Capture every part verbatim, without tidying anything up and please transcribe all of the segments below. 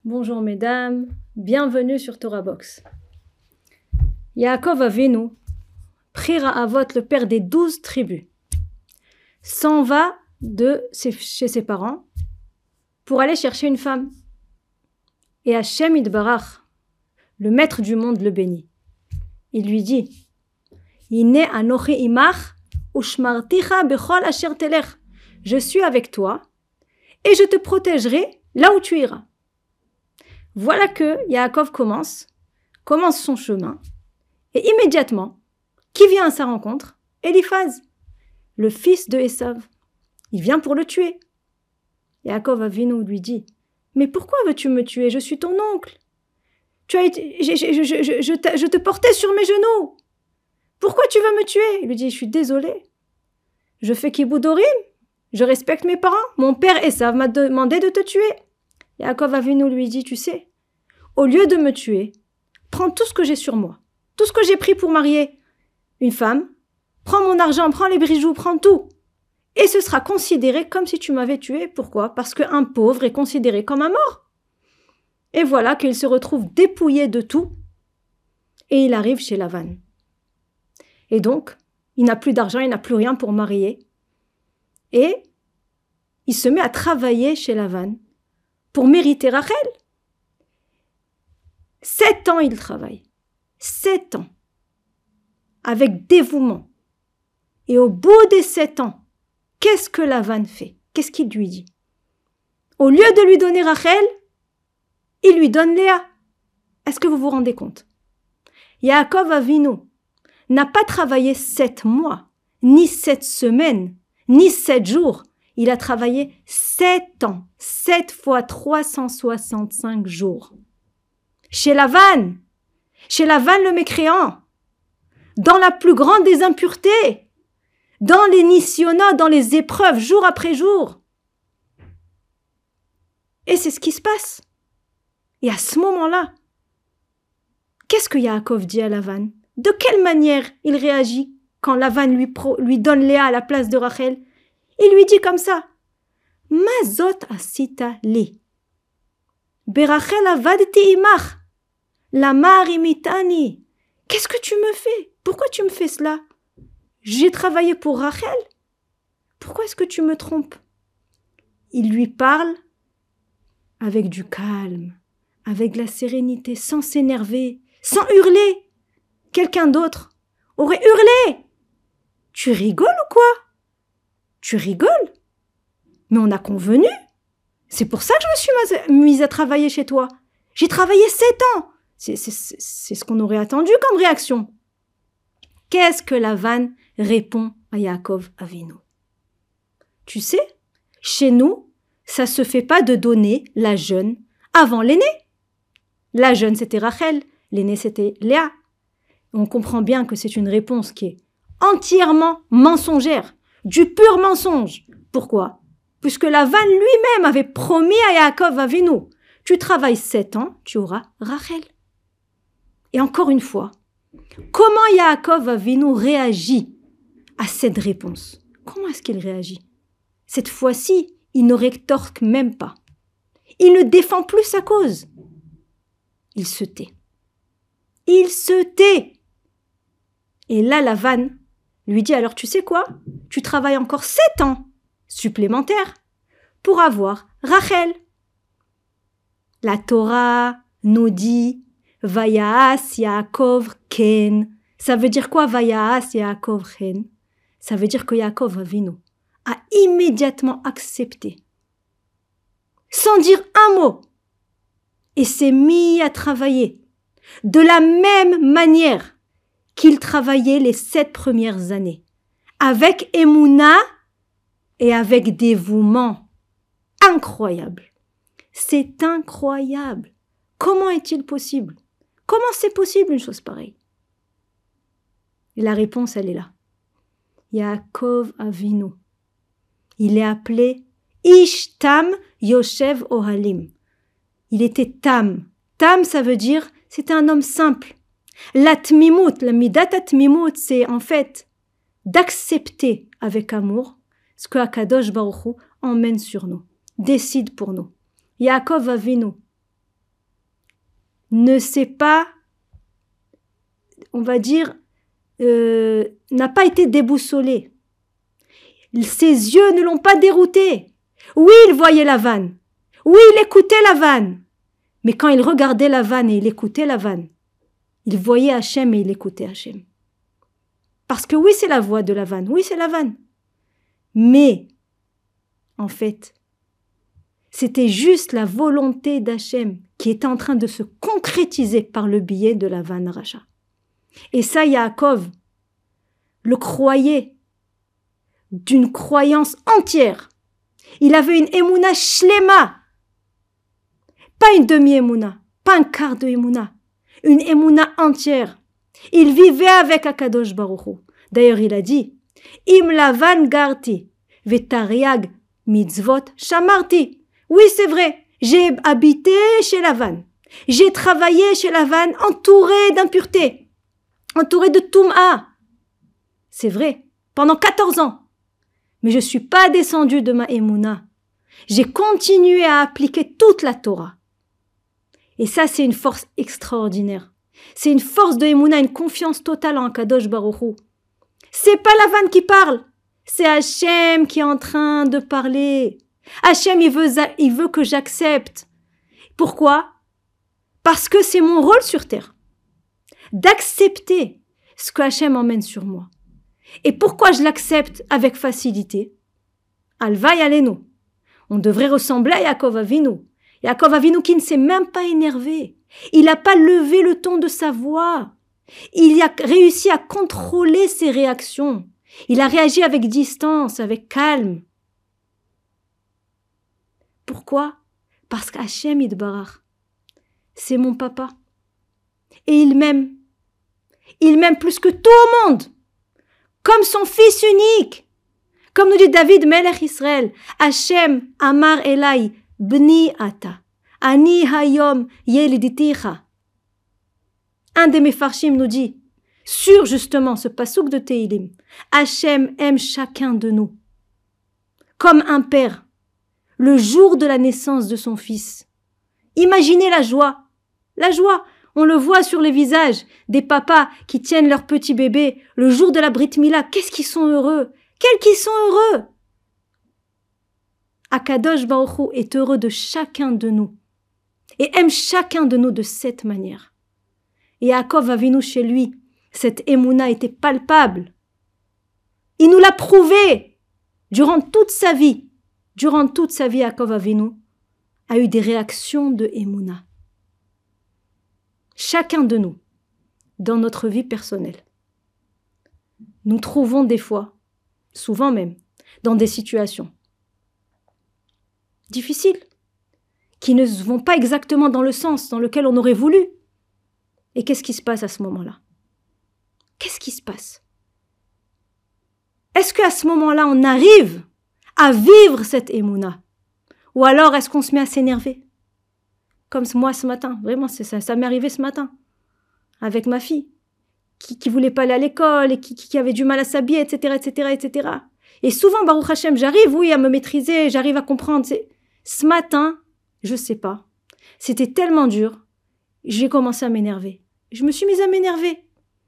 Bonjour mesdames, bienvenue sur Torah Box. Yaakov Avinu, Prira Avot, le père des douze tribus, s'en va de ses, chez ses parents pour aller chercher une femme. Et Hachem Yitbarach, le maître du monde, le bénit. Il lui dit, Ine anochi imach ushmarticha bechol asher telech. Je suis avec toi et je te protégerai là où tu iras. Voilà que Yaakov commence, commence son chemin, et immédiatement, qui vient à sa rencontre? Eliphaz, le fils de Esav. Il vient pour le tuer. Yaakov Avinu lui dit, mais pourquoi veux-tu me tuer? Je suis ton oncle. Tu as été, je, je, je, je, je, je te portais sur mes genoux. Pourquoi tu veux me tuer? Il lui dit, je suis désolé. Je fais kibbout dorim. Je respecte mes parents. Mon père Esav m'a demandé de te tuer. Yaakov Avinu lui dit, tu sais, au lieu de me tuer, prends tout ce que j'ai sur moi, tout ce que j'ai pris pour marier une femme, prends mon argent, prends les bijoux, prends tout. Et ce sera considéré comme si tu m'avais tué. Pourquoi? Parce qu'un pauvre est considéré comme un mort. Et voilà qu'il se retrouve dépouillé de tout et il arrive chez Lavan. Et donc, il n'a plus d'argent, il n'a plus rien pour marier. Et il se met à travailler chez Lavan pour mériter Rachel. Sept ans il travaille. Sept ans. Avec dévouement. Et au bout des sept ans, qu'est-ce que Lavan fait? Qu'est-ce qu'il lui dit? Au lieu de lui donner Rachel, il lui donne Léa. Est-ce que vous vous rendez compte? Yaakov Avinu n'a pas travaillé sept mois, ni sept semaines, ni sept jours. Il a travaillé sept ans, sept fois trois cent soixante-cinq jours. Chez Lavan, chez Lavan le mécréant, dans la plus grande des impuretés, dans les nisyonotes, dans les épreuves, jour après jour. Et c'est ce qui se passe. Et à ce moment-là, qu'est-ce que Yaakov dit à Lavan? De quelle manière il réagit quand Lavan lui, pro, lui donne Léa à la place de Rachel? Il lui dit comme ça, « Mazot asita li. Berachel avadti imach. Lamar imitani. » Qu'est-ce que tu me fais? Pourquoi tu me fais cela? J'ai travaillé pour Rachel. Pourquoi est-ce que tu me trompes? Il lui parle avec du calme, avec de la sérénité, sans s'énerver, sans hurler. Quelqu'un d'autre aurait hurlé. Tu rigoles ou quoi? Tu rigoles? Mais on a convenu. C'est pour ça que je me suis mise à travailler chez toi. J'ai travaillé sept ans. C'est, c'est, c'est ce qu'on aurait attendu comme réaction. Qu'est-ce que Lavan répond à Yaakov Avinu? Tu sais, chez nous, ça se fait pas de donner la jeune avant l'aîné. La jeune, c'était Rachel. L'aîné, c'était Léa. On comprend bien que c'est une réponse qui est entièrement mensongère. Du pur mensonge. Pourquoi? Puisque Lavan lui-même avait promis à Yaakov Avinu, tu travailles sept ans, tu auras Rachel. Et encore une fois, comment Yaakov Avinu réagit à cette réponse? Comment est-ce qu'il réagit? Cette fois-ci, il ne rétorque même pas. Il ne défend plus sa cause. Il se tait. Il se tait. Et là, Lavan lui dit, alors tu sais quoi? Tu travailles encore sept ans supplémentaires pour avoir Rachel. La Torah nous dit Vayaas Yaakov Ken. Ça veut dire quoi Vayaas Yaakov Ken? Ça veut dire que Yaakov Avinu a immédiatement accepté, sans dire un mot, et s'est mis à travailler de la même manière qu'il travaillait les sept premières années, avec émouna et avec dévouement. Incroyable. C'est incroyable. Comment est-il possible? Comment c'est possible une chose pareille? Et la réponse, elle est là. Yaakov Avinu. Il est appelé Ish Tam Yoshev Ohalim. Il était Tam. Tam, ça veut dire, c'était un homme simple. La tmimout, la midat tmimout, c'est en fait d'accepter avec amour ce que Akadosh Baruch Hu emmène sur nous, décide pour nous. Yaakov Avinu ne s'est pas, on va dire, euh, n'a pas été déboussolé. Ses yeux ne l'ont pas dérouté. Oui, il voyait la vanne. Oui, il écoutait la vanne. Mais quand il regardait la vanne et il écoutait la vanne, il voyait Hachem et il écoutait Hachem. Parce que oui, c'est la voix de la vanne. Oui, c'est la vanne. Mais, en fait, c'était juste la volonté d'Hachem qui était en train de se concrétiser par le biais de la vanne Racha. Et ça, Yaakov le croyait d'une croyance entière. Il avait une émouna shlema, pas une demi-émouna, pas un quart de émouna, une émouna entière. Il vivait avec Akadosh Baruch Hu. D'ailleurs, il a dit, Im lavan garti, vetariag mitzvot shamarti. Oui, c'est vrai, j'ai habité chez Lavan. J'ai travaillé chez Lavan entouré d'impureté, entouré de Toum'a. C'est vrai, pendant quatorze ans. Mais je ne suis pas descendu de ma émouna. J'ai continué à appliquer toute la Torah. Et ça, c'est une force extraordinaire. C'est une force de émouna, une confiance totale en Kadosh Baruch Hu. C'est pas Lavan qui parle, c'est Hachem qui est en train de parler. Hachem, il veut, il veut que j'accepte. Pourquoi? Parce que c'est mon rôle sur terre, d'accepter ce que Hachem emmène sur moi. Et pourquoi je l'accepte avec facilité? Alvaï alenu. On devrait ressembler à Yaakov Avinu. Yaakov Avinu qui ne s'est même pas énervé. Il n'a pas levé le ton de sa voix. Il a réussi à contrôler ses réactions. Il a réagi avec distance, avec calme. Pourquoi? Parce qu'Hachem Yitbarach, c'est mon papa. Et il m'aime. Il m'aime plus que tout au monde. Comme son fils unique. Comme nous dit David, Melech Israël, Hachem Amar Elai, Bni Ata, Ani Hayom Yeliditicha. Un des Mefarshim nous dit, sur justement ce passouk de Tehilim, Hachem aime chacun de nous, comme un père, le jour de la naissance de son fils. Imaginez la joie, la joie. On le voit sur les visages des papas qui tiennent leur petit bébé le jour de la Brit Mila. Qu'est-ce qu'ils sont heureux! Quels qu'ils sont heureux! Akadosh Baruch Hu est heureux de chacun de nous et aime chacun de nous de cette manière. Et Yaakov Avinu chez lui, cette émouna était palpable. Il nous l'a prouvé durant toute sa vie. Durant toute sa vie, Yaakov Avinu a eu des réactions de émouna. Chacun de nous, dans notre vie personnelle, nous trouvons des fois, souvent même, dans des situations difficiles, qui ne vont pas exactement dans le sens dans lequel on aurait voulu. Et qu'est-ce qui se passe à ce moment-là? Qu'est-ce qui se passe? Est-ce qu'à ce moment-là, on arrive à vivre cette émouna? Ou alors est-ce qu'on se met à s'énerver? Comme moi ce matin, vraiment, c'est ça, ça m'est arrivé ce matin, avec ma fille, qui qui voulait pas aller à l'école, et qui, qui avait du mal à s'habiller, et cetera, et cetera, et cetera. Et souvent, Baruch Hashem, j'arrive, oui, à me maîtriser, j'arrive à comprendre. C'est... Ce matin, je sais pas, c'était tellement dur, j'ai commencé à m'énerver. Je me suis mise à m'énerver.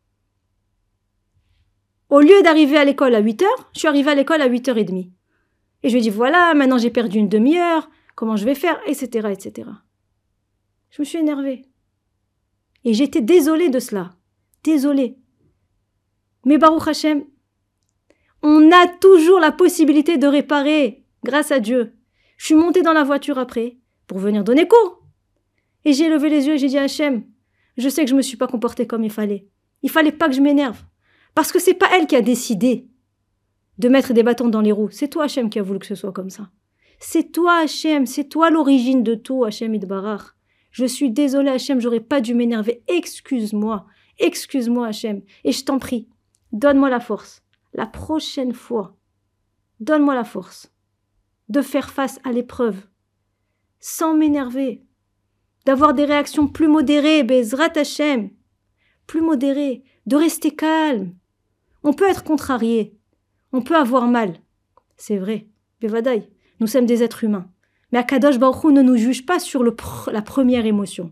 Au lieu d'arriver à l'école à huit heures, je suis arrivée à l'école à huit heures trente. Et je lui ai dit, voilà, maintenant j'ai perdu une demi-heure, comment je vais faire, et cetera, et cetera. Je me suis énervée. Et j'étais désolée de cela. Désolée. Mais Baruch Hashem, on a toujours la possibilité de réparer, grâce à Dieu. Je suis montée dans la voiture après, pour venir donner cours. Et j'ai levé les yeux et j'ai dit à Hashem, je sais que je ne me suis pas comportée comme il fallait. Il fallait pas que je m'énerve. Parce que c'est pas elle qui a décidé de mettre des bâtons dans les roues. C'est toi, Hashem, qui a voulu que ce soit comme ça. C'est toi, Hashem, c'est toi l'origine de tout, Hashem Yitbarach. Je suis désolée, Hachem, j'aurais pas dû m'énerver. Excuse-moi, excuse-moi, Hachem. Et je t'en prie, donne-moi la force. La prochaine fois, donne-moi la force de faire face à l'épreuve, sans m'énerver, d'avoir des réactions plus modérées, Bezrat Hachem, plus modérées, de rester calme. On peut être contrarié, on peut avoir mal. C'est vrai, Bevadaï, nous sommes des êtres humains. Mais Akadosh Baruch Hu ne nous juge pas sur le pr- la première émotion.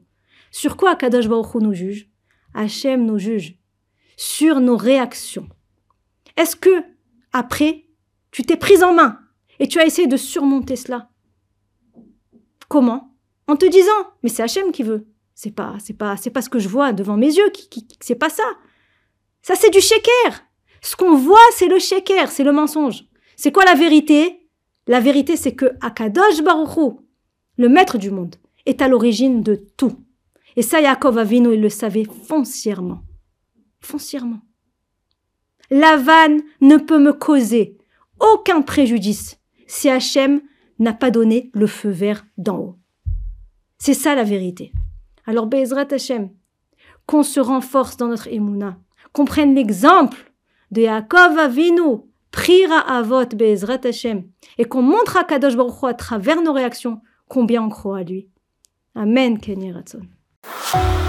Sur quoi Akadosh Baruch Hu nous juge? Hachem nous juge sur nos réactions. Est-ce que, après, tu t'es prise en main et tu as essayé de surmonter cela? Comment? En te disant, mais c'est Hachem qui veut. C'est pas, c'est pas, c'est pas ce que je vois devant mes yeux, qui, qui, c'est pas ça. Ça, c'est du sheker. Ce qu'on voit, c'est le sheker, c'est le mensonge. C'est quoi la vérité? La vérité, c'est que Akadosh Baruch Hu, le maître du monde, est à l'origine de tout. Et ça, Yaakov Avinu, il le savait foncièrement. Foncièrement. Lavan ne peut me causer aucun préjudice si Hachem n'a pas donné le feu vert d'en haut. C'est ça la vérité. Alors, Be'ezrat Hachem, qu'on se renforce dans notre émouna, qu'on prenne l'exemple de Yaakov Avinu, Prira Avot Be'ezrat Hachem, et qu'on montre à Kadosh Baruch Hu à travers nos réactions combien on croit à lui. Amen, Ken Yiratzon.